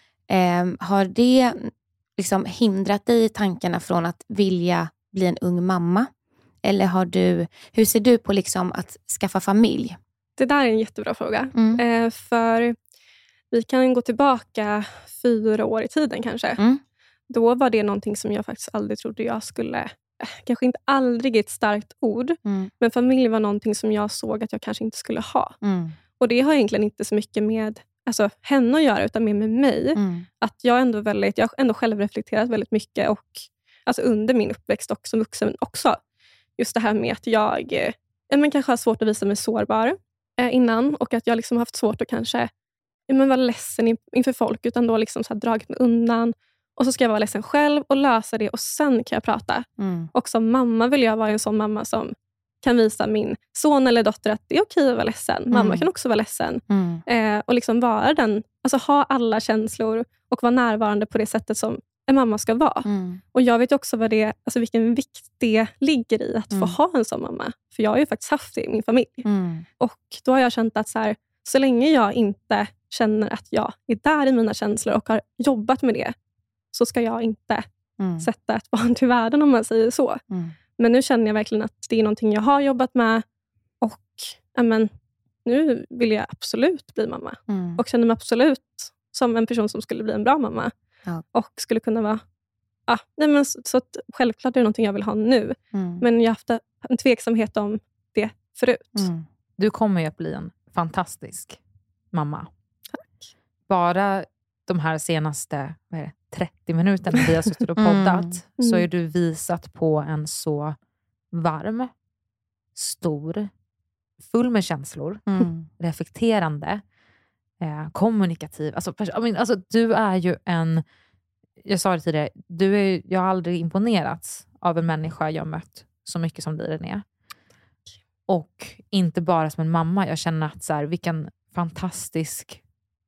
Eh, har det liksom hindrat dig i tankarna från att vilja bli en ung mamma? Eller har du, hur ser du på liksom att skaffa familj? Det där är en jättebra fråga. Mm. Eh, för vi kan gå tillbaka fyra år i tiden kanske. Mm. Då var det någonting som jag faktiskt aldrig trodde jag skulle... Eh, kanske inte aldrig ett starkt ord. Mm. Men familj var någonting som jag såg att jag kanske inte skulle ha. Mm. Och det har egentligen inte så mycket med alltså, henne att göra, utan mer med mig. Mm. Att jag ändå väldigt, jag har ändå själv reflekterat väldigt mycket. Och alltså under min uppväxt och som vuxen också. Just det här med att jag eh, men kanske har svårt att visa mig sårbar eh, innan. Och att jag liksom har haft svårt att kanske men vara ledsen in, inför folk. Utan då liksom så här dragit mig undan. Och så ska jag vara ledsen själv och lösa det. Och sen kan jag prata. Mm. Och som mamma vill jag vara en sån mamma som kan visa min son eller dotter att det är okej att vara ledsen. Mm. Mamma kan också vara ledsen. Mm. Eh, och liksom vara den, alltså ha alla känslor. Och vara närvarande på det sättet som en mamma ska vara. Mm. Och jag vet också vad det, alltså vilken vikt det ligger i att Mm. få ha en sån mamma. För jag har ju faktiskt haft det i min familj. Mm. Och då har jag känt att så, här, så länge jag inte känner att jag är där i mina känslor och har jobbat med det, så ska jag inte Mm. sätta ett barn till världen, om man säger så. Mm. Men nu känner jag verkligen att det är någonting jag har jobbat med. Och amen, nu vill jag absolut bli mamma. Mm. Och känner mig absolut som en person som skulle bli en bra mamma. Ja. Och skulle kunna vara... Ah, nej men så, så att självklart är det någonting jag vill ha nu. Mm. Men jag har haft en tveksamhet om det förut. Mm. Du kommer ju att bli en fantastisk mamma. Tack. Bara de här senaste vad är det, trettio minuterna vi har suttit och poddat Mm. så är du visat på en så varm, stor, full med känslor, Mm. reflekterande, eh, kommunikativ. Alltså, pers- I mean, alltså, du är ju en jag sa det tidigare, du är, jag har aldrig imponerats av en människa jag mött så mycket som dig, René. Och inte bara som en mamma. Jag känner att så här, vilken fantastisk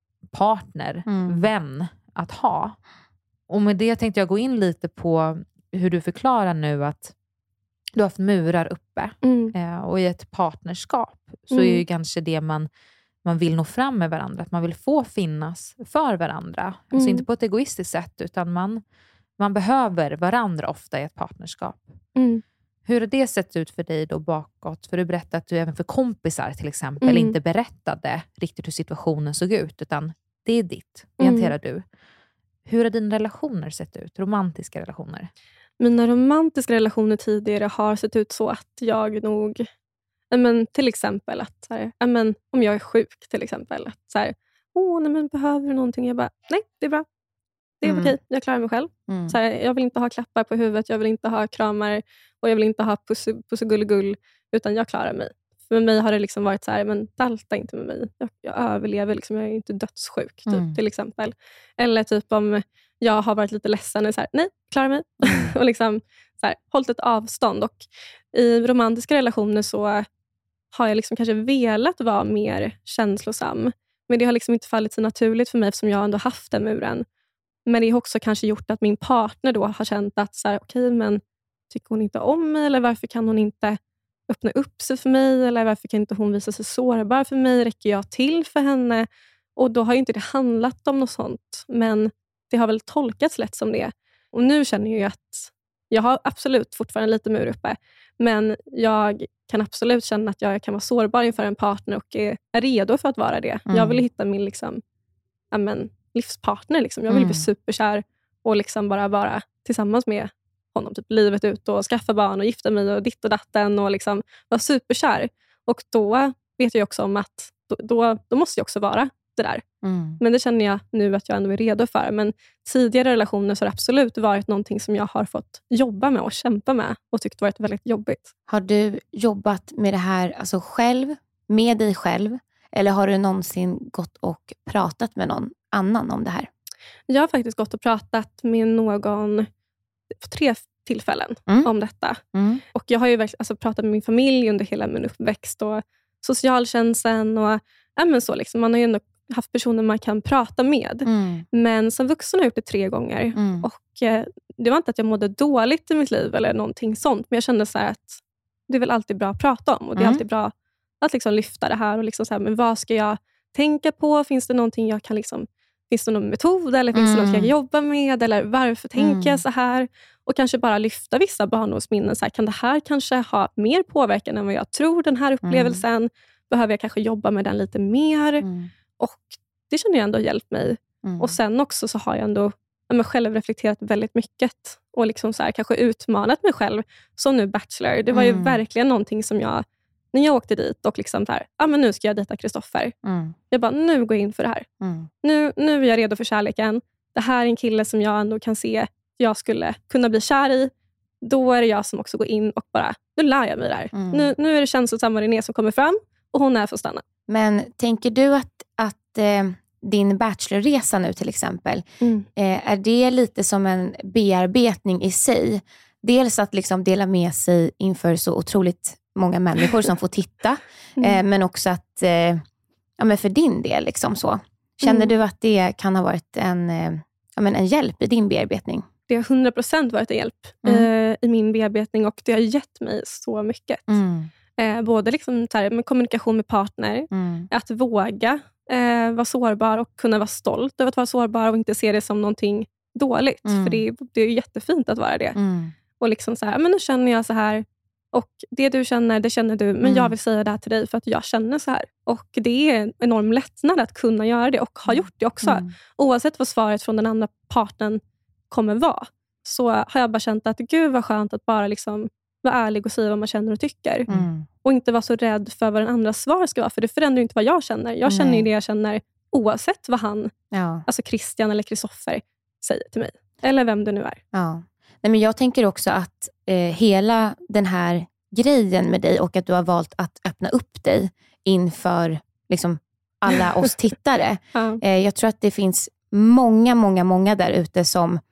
partner, mm. vän att ha. Och med det tänkte jag gå in lite på hur du förklarar nu att du har haft murar uppe. Mm. Eh, och i ett partnerskap så mm. är ju kanske det man, man vill nå fram med varandra. Att man vill få finnas för varandra. Mm. Alltså inte på ett egoistiskt sätt, utan man, man behöver varandra ofta i ett partnerskap. Mm. Hur har det sett ut för dig då bakåt? För du berättade att du även för kompisar till exempel mm. inte berättade riktigt hur situationen såg ut. Utan det är ditt, det hanterar mm. du. Hur har dina relationer sett ut? Romantiska relationer? Mina romantiska relationer tidigare har sett ut så att jag nog... Men, till exempel att så här, men, om jag är sjuk till exempel. Att så här, åh nej men behöver du någonting? Jag bara, nej det är bra. Det är mm. okej, jag klarar mig själv. Mm. Så här, jag vill inte ha klappar på huvudet, jag vill inte ha kramar och jag vill inte ha puss, puss och gull, utan jag klarar mig. För mig har det liksom varit så här, men dalta inte med mig. Jag, jag överlever, liksom, jag är inte dödssjuk typ, mm. till exempel. Eller typ om jag har varit lite ledsen och så här, nej, klarar mig. Mm. och liksom så här, hållit ett avstånd. Och i romantiska relationer så har jag liksom kanske velat vara mer känslosam. Men det har liksom inte fallit så naturligt för mig eftersom jag ändå haft den muren. Men det har också kanske gjort att min partner då har känt att så här, okej, men tycker hon inte om mig? Eller varför kan hon inte öppna upp sig för mig? Eller varför kan inte hon visa sig sårbar för mig? Räcker jag till för henne? Och då har ju inte det handlat om något sånt. Men det har väl tolkats lätt som det. Och nu känner jag ju att jag har absolut fortfarande lite mur uppe. Men jag kan absolut känna att jag kan vara sårbar inför en partner och är redo för att vara det. Mm. Jag vill hitta min liksom, amen, livspartner. Liksom. Jag vill mm. bli superkär och liksom bara vara tillsammans med honom typ livet ut och skaffa barn och gifta mig och ditt och datten och liksom vara superkär. Och då vet jag också om att då, då, då måste jag också vara det där. Mm. Men det känner jag nu att jag ändå är redo för. Men tidigare relationer så har det absolut varit någonting som jag har fått jobba med och kämpa med och tyckt varit väldigt jobbigt. Har du jobbat med det här alltså själv, med dig själv? Eller har du någonsin gått och pratat med någon annan om det här? Jag har faktiskt gått och pratat med någon på tre tillfällen mm. om detta. Mm. Och jag har ju verkligen alltså, pratat med min familj under hela min uppväxt och socialtjänsten och ja, men så liksom. Man har ju ändå haft personer man kan prata med. Mm. Men som vuxen har jag gjort det tre gånger. Mm. Och eh, det var inte att jag mådde dåligt i mitt liv eller någonting sånt. Men jag kände så här att det är väl alltid bra att prata om. Och det är mm. alltid bra att liksom lyfta det här. Och liksom så här, men vad ska jag tänka på? Finns det någonting jag kan liksom... Finns det någon metod? Eller finns mm. det något jag kan jobba med? Eller varför tänker mm. jag så här? Och kanske bara lyfta vissa barndomsminnen. Så här, kan det här kanske ha mer påverkan än vad jag tror? Den här upplevelsen. Mm. Behöver jag kanske jobba med den lite mer? Mm. Och det känner jag ändå har hjälpt mig. Mm. Och sen också så har jag ändå jag själv reflekterat väldigt mycket. Och liksom så här, kanske utmanat mig själv. Som nu Bachelor. Det var mm. ju verkligen någonting som jag... När jag åkte dit och liksom så här, ah, men nu ska jag dejta Kristoffer. Mm. Jag bara, nu går jag in för det här. Mm. Nu, nu är jag redo för kärleken. Det här är en kille som jag ändå kan se jag skulle kunna bli kär i. Då är det jag som också går in och bara, nu lär jag mig det här. Mm. Nu, nu är det känslosamma René som kommer fram och hon är för att stanna. Men tänker du att, att eh, din bachelorresa nu till exempel, mm. eh, är det lite som en bearbetning i sig? Dels att liksom dela med sig inför så otroligt många människor som får titta. Mm. Eh, men också att, eh, ja men för din del liksom så. Känner mm. du att det kan ha varit en, eh, ja men en hjälp i din bearbetning? Det har hundra procent varit en hjälp mm. eh, i min bearbetning och det har gett mig så mycket. Mm. Eh, både liksom, här, med kommunikation med partner, mm. att våga eh, vara sårbar och kunna vara stolt över att vara sårbar och inte se det som någonting dåligt. Mm. För det, det är jättefint att vara det. Mm. Och liksom så här, men nu känner jag så här. Och det du känner, det känner du. Men mm. jag vill säga det här till dig för att jag känner så här. Och det är en enorm lättnad att kunna göra det. Och ha gjort det också. Mm. Oavsett vad svaret från den andra parten kommer vara. Så har jag bara känt att gud vad skönt att bara liksom vara ärlig och säga vad man känner och tycker. Mm. Och inte vara så rädd för vad den andra svar ska vara. För det förändrar ju inte vad jag känner. Jag känner Nej. ju det jag känner oavsett vad han, ja. alltså Christian eller Kristoffer säger till mig. Eller vem det nu är. Ja. Nej, men jag tänker också att eh, hela den här grejen med dig och att du har valt att öppna upp dig inför liksom, alla oss tittare. Ja. eh, jag tror att det finns många, många, många där ute som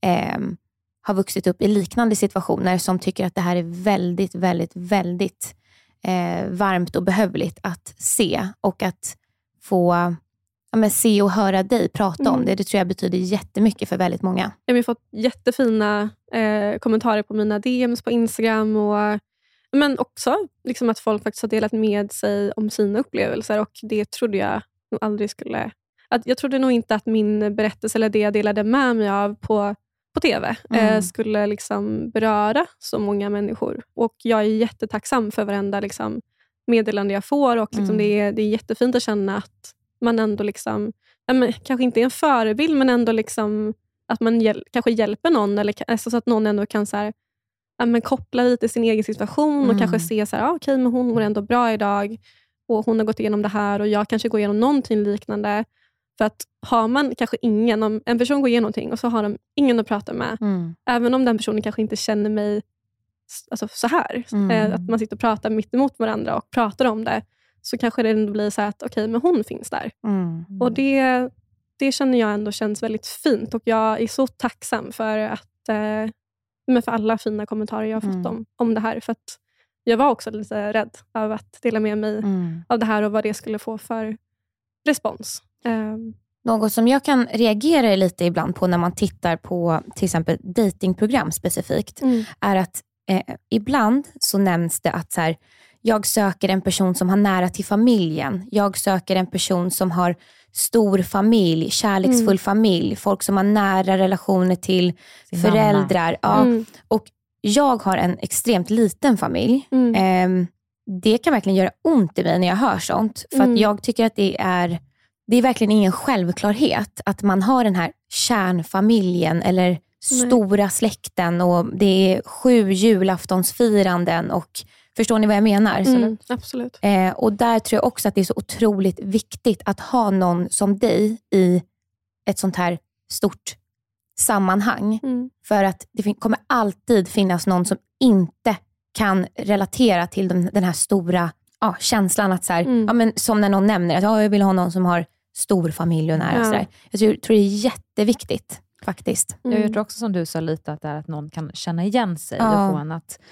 eh, har vuxit upp i liknande situationer som tycker att det här är väldigt, väldigt, väldigt eh, varmt och behövligt att se och att få ja, men se och höra dig prata mm. om det. Det tror jag betyder jättemycket för väldigt många. Jag har fått jättefina eh, kommentarer på mina D Ms på Instagram och men också liksom att folk faktiskt har delat med sig om sina upplevelser och det trodde jag nog aldrig skulle... Att jag trodde nog inte att min berättelse eller det jag delade med mig av på, på tv mm. eh, skulle liksom beröra så många människor. Och jag är jättetacksam för varenda liksom, meddelande jag får och liksom, mm. det, är, det är jättefint att känna att man ändå liksom, ja, men, kanske inte är en förebild men ändå liksom att man hjäl- kanske hjälper någon eller alltså, så att någon ändå kan så här, ja, men, koppla lite sin egen situation mm. och kanske se så här, ah, okej, men hon mår ändå bra idag och hon har gått igenom det här och jag kanske går igenom någonting liknande. För att har man kanske ingen, om en person går igenom någonting och så har de ingen att prata med, mm. även om den personen kanske inte känner mig alltså, så här, mm. eh, att man sitter och pratar mitt emot varandra och pratar om det, så kanske det ändå blir så här att okej, men hon finns där. Mm. Och det, det känner jag ändå känns väldigt fint och jag är så tacksam för att eh, men för alla fina kommentarer jag har fått mm. om, om det här. För att jag var också lite rädd av att dela med mig mm. av det här och vad det skulle få för respons. Um. Något som jag kan reagera lite ibland på när man tittar på till exempel datingprogram specifikt mm. är att eh, ibland så nämns det att så här, jag söker en person som har nära till familjen. Jag söker en person som har stor familj, kärleksfull mm. familj. Folk som har nära relationer till Sin föräldrar. Ja. Mm. Och jag har en extremt liten familj. Mm. Eh, det kan verkligen göra ont i mig när jag hör sånt. För mm. att jag tycker att det är, det är verkligen ingen självklarhet att man har den här kärnfamiljen eller stora Nej. släkten och det är sju julaftonsfiranden och förstår ni vad jag menar? Mm, absolut. Eh, och där tror jag också att det är så otroligt viktigt att ha någon som dig i ett sånt här stort sammanhang. Mm. För att det fin- kommer alltid finnas någon som inte kan relatera till den, den här stora ja, känslan att så här, mm. ja, men som när någon nämner att ja, jag vill ha någon som har stor familj och nära. Ja. Så där. Jag tror, tror det är jätteviktigt faktiskt. Mm. Jag tror också som du sa lite att det är att någon kan känna igen sig ja. och få en att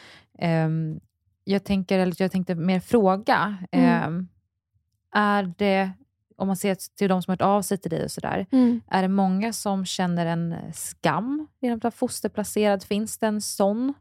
um, Jag, tänker, eller jag tänkte mer fråga. Mm. Eh, är det, om man ser till de som har hört av sig till dig och sådär. Mm. Är det många som känner en skam genom att vara fosterplacerad? Finns det en sån?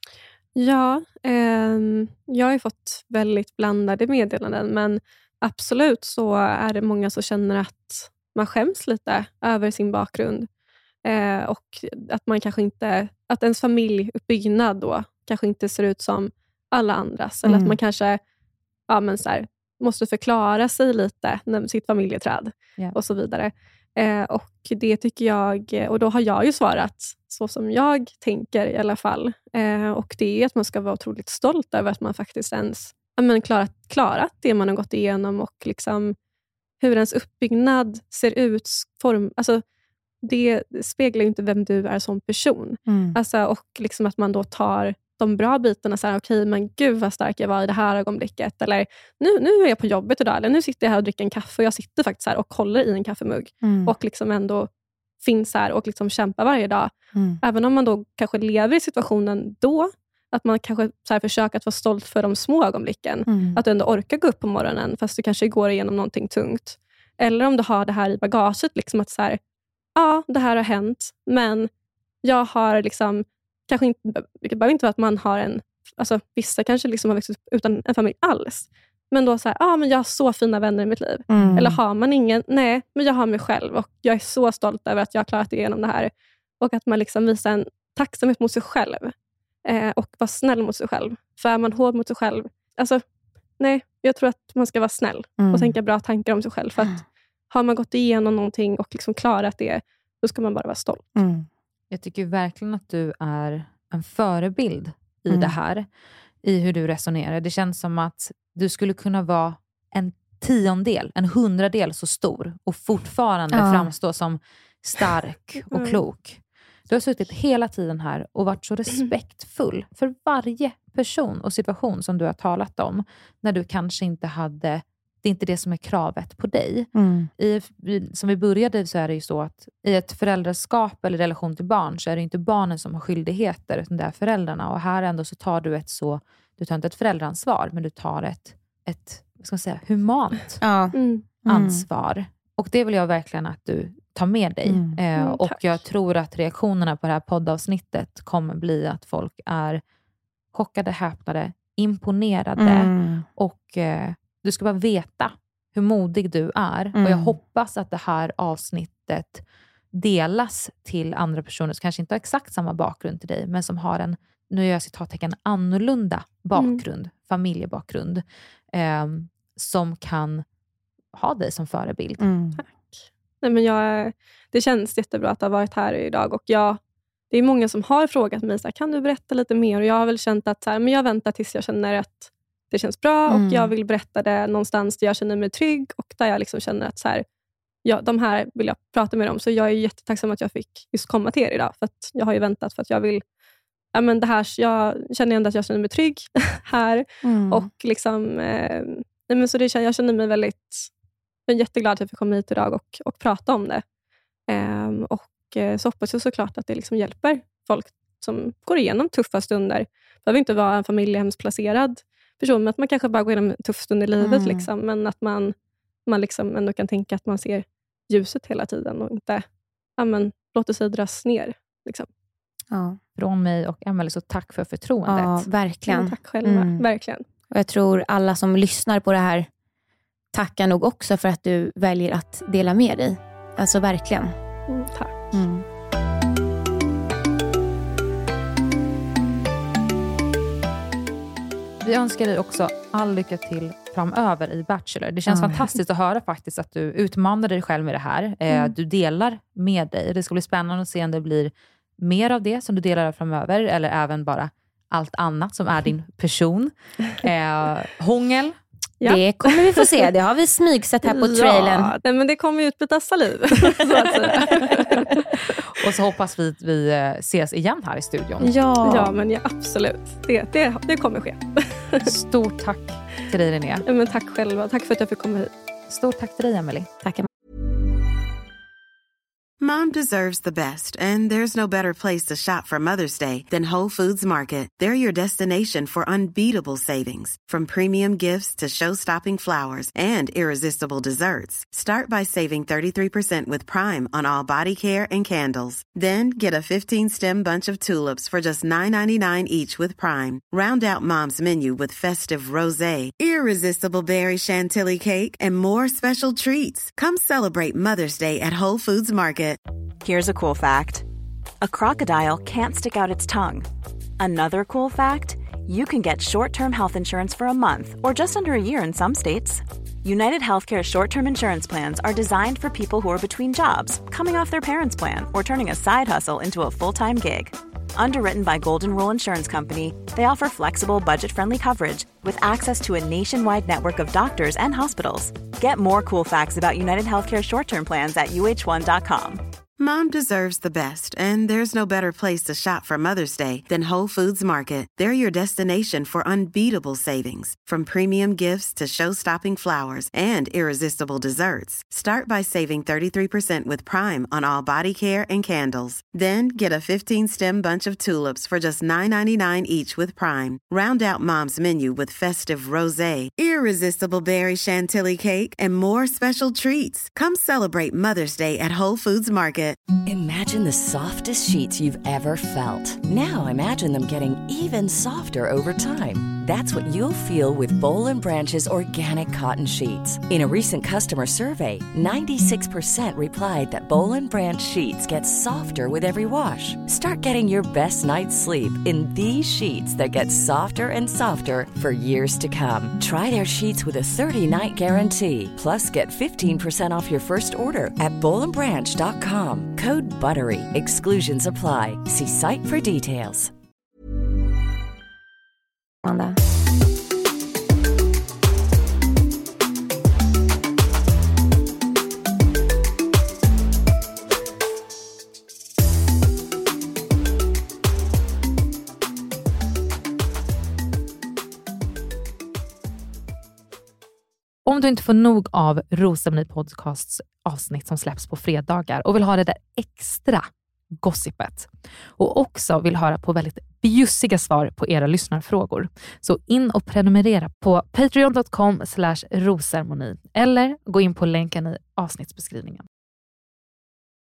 Ja, eh, jag har ju fått väldigt blandade meddelanden. Men absolut så är det många som känner att man skäms lite över sin bakgrund. Eh, och att man kanske inte, att ens familjeuppbyggnad då kanske inte ser ut som alla andras. Eller mm. att man kanske ja, men så här, måste förklara sig lite med sitt familjeträd. Yeah. Och så vidare. Eh, och det tycker jag, och då har jag ju svarat så som jag tänker i alla fall. Eh, och det är att man ska vara otroligt stolt över att man faktiskt ens ja, men klarat, klarat det man har gått igenom och liksom hur ens uppbyggnad ser ut. Form, alltså, det speglar ju inte vem du är som person. Mm. Alltså, och liksom att man då tar de bra bitarna så här, okej, okay, men gud vad stark jag var i det här ögonblicket. Eller nu, nu är jag på jobbet idag. Eller nu sitter jag här och dricker en kaffe. Och jag sitter faktiskt här och kollar i en kaffemugg. Mm. Och liksom ändå finns här och liksom kämpar varje dag. Mm. Även om man då kanske lever i situationen då. Att man kanske så här försöker att vara stolt för de små ögonblicken. Mm. Att du ändå orkar gå upp på morgonen. Fast du kanske går igenom någonting tungt. Eller om du har det här i bagaget. Liksom att så här, ja, det här har hänt. Men jag har liksom kanske inte, det behöver inte vara att man har en, alltså vissa kanske liksom har växt upp utan en familj alls. Men då så här, ja ah, men jag har så fina vänner i mitt liv. Mm. Eller har man ingen, nej, men jag har mig själv och jag är så stolt över att jag har klarat igenom det här. Och att man liksom visar en tacksamhet mot sig själv. Eh, och vara snäll mot sig själv. För är man hård mot sig själv, alltså nej, jag tror att man ska vara snäll mm. och tänka bra tankar om sig själv. För att har man gått igenom någonting och liksom klarat det, då ska man bara vara stolt. Mm. Jag tycker verkligen att du är en förebild i mm. det här. I hur du resonerar. Det känns som att du skulle kunna vara en tiondel, en hundradel så stor. Och fortfarande ja. framstå som stark och mm. klok. Du har suttit hela tiden här och varit så respektfull för varje person och situation som du har talat om. När du kanske inte hade det är inte det som är kravet på dig. Mm. I, som vi började så är det ju så att i ett föräldraskap eller relation till barn så är det inte barnen som har skyldigheter utan det är föräldrarna. Och här ändå så tar du ett så, du tar inte ett föräldraansvar men du tar ett, ett vad ska man säga, humant ja. Mm. ansvar. Och det vill jag verkligen att du tar med dig. Mm. Eh, Mm, och tack. jag tror att reaktionerna på det här poddavsnittet kommer bli att folk är chockade, häpnade, imponerade Mm. och eh, du ska bara veta hur modig du är. Mm. Och jag hoppas att det här avsnittet delas till andra personer som kanske inte har exakt samma bakgrund till dig men som har en, nu gör jag citattecken, annorlunda bakgrund, Mm. familjebakgrund eh, som kan ha dig som förebild. Mm. Nej, men jag, det känns jättebra att ha varit här idag. Och jag, det är många som har frågat mig, så här, kan du berätta lite mer? Och jag har väl känt att så här, men jag väntar tills jag känner att det känns bra. Mm. Och jag vill berätta det någonstans där jag känner mig trygg. Och där jag liksom känner att så här, ja, de här vill jag prata med dem. Så jag är jättetacksam att jag fick just komma till er idag. För att jag har ju väntat för att jag vill... Ja, men det här, jag känner ändå att jag känner mig trygg här. Mm. Och liksom... Eh, nej, men så det, jag känner mig väldigt... Jag är jätteglad att jag fick komma hit idag och, och prata om det. Ehm, och eh, så hoppas jag såklart att det liksom hjälper folk som går igenom tuffa stunder. Det behöver inte vara en familjehemsplacerad person, men att man kanske bara går igenom en tuff stund i livet. Mm. Liksom, men att man, man liksom ändå kan tänka att man ser ljuset hela tiden och inte ja, men, låter sig dras ner. Liksom. Ja. Från mig och Emelie, så tack för förtroendet. Ja, verkligen. Ja, tack själva, Mm. verkligen. Och jag tror alla som lyssnar på det här tackar nog också för att du väljer att dela med dig. Alltså verkligen. Mm, tack. Mm. Vi önskar dig också all lycka till framöver i Bachelor. Det känns Ja. fantastiskt att höra faktiskt att du utmanar dig själv med det här. Eh, Mm. Du delar med dig. Det ska bli spännande att se om det blir mer av det som du delar framöver. Eller även bara allt annat som är din person. Eh, hångel. Ja. Det kommer vi få se. Det har vi smygsett här på trailern. Ja, nej, men det kommer ju utbyta saliv. så att säga. Och så hoppas vi att vi eh, ses igen här i studion. Ja. Ja, men ja, absolut. Det, det, det kommer ske. Stort tack till dig, Linnea. Ja, men tack själva. Tack för att jag fick komma hit. Stort tack till dig, Emelie. Tack. Mom deserves the best, and there's no better place to shop for Mother's Day than Whole Foods Market. They're your destination for unbeatable savings, from premium gifts to show-stopping flowers and irresistible desserts. Start by saving thirty-three percent with Prime on all body care and candles. Then get a fifteen-stem bunch of tulips for just nine ninety-nine each with Prime. Round out Mom's menu with festive rosé, irresistible berry chantilly cake, and more special treats. Come celebrate Mother's Day at Whole Foods Market. Here's a cool fact. A crocodile can't stick out its tongue. Another cool fact, you can get short-term health insurance for a month or just under a year in some states. United Healthcare short-term insurance plans are designed for people who are between jobs, coming off their parents' plan, or turning a side hustle into a full-time gig. Underwritten by Golden Rule Insurance Company, they offer flexible, budget-friendly coverage with access to a nationwide network of doctors and hospitals. Get more cool facts about United Healthcare short-term plans at U H one dot com. Mom deserves the best, and there's no better place to shop for Mother's Day than Whole Foods Market. They're your destination for unbeatable savings, from premium gifts to show-stopping flowers and irresistible desserts. Start by saving thirty-three percent with Prime on all body care and candles. Then get a fifteen-stem bunch of tulips for just nine ninety-nine each with Prime. Round out Mom's menu with festive rosé, irresistible berry chantilly cake, and more special treats. Come celebrate Mother's Day at Whole Foods Market. Imagine the softest sheets you've ever felt. Now imagine them getting even softer over time. That's what you'll feel with Boll and Branch's organic cotton sheets. In a recent customer survey, ninety-six percent replied that Boll and Branch sheets get softer with every wash. Start getting your best night's sleep in these sheets that get softer and softer for years to come. Try their sheets with a thirty-night guarantee. Plus, get fifteen percent off your first order at boll and branch dot com. Code BUTTERY. Exclusions apply. See site for details. Amanda. Om du inte får nog av Rosceremoni Podcasts avsnitt som släpps på fredagar och vill ha det där extra gossipet och också vill höra på väldigt bjussiga svar på era lyssnarfrågor, så in och prenumerera på patreon dot com slash rosceremoni eller gå in på länken i avsnittsbeskrivningen.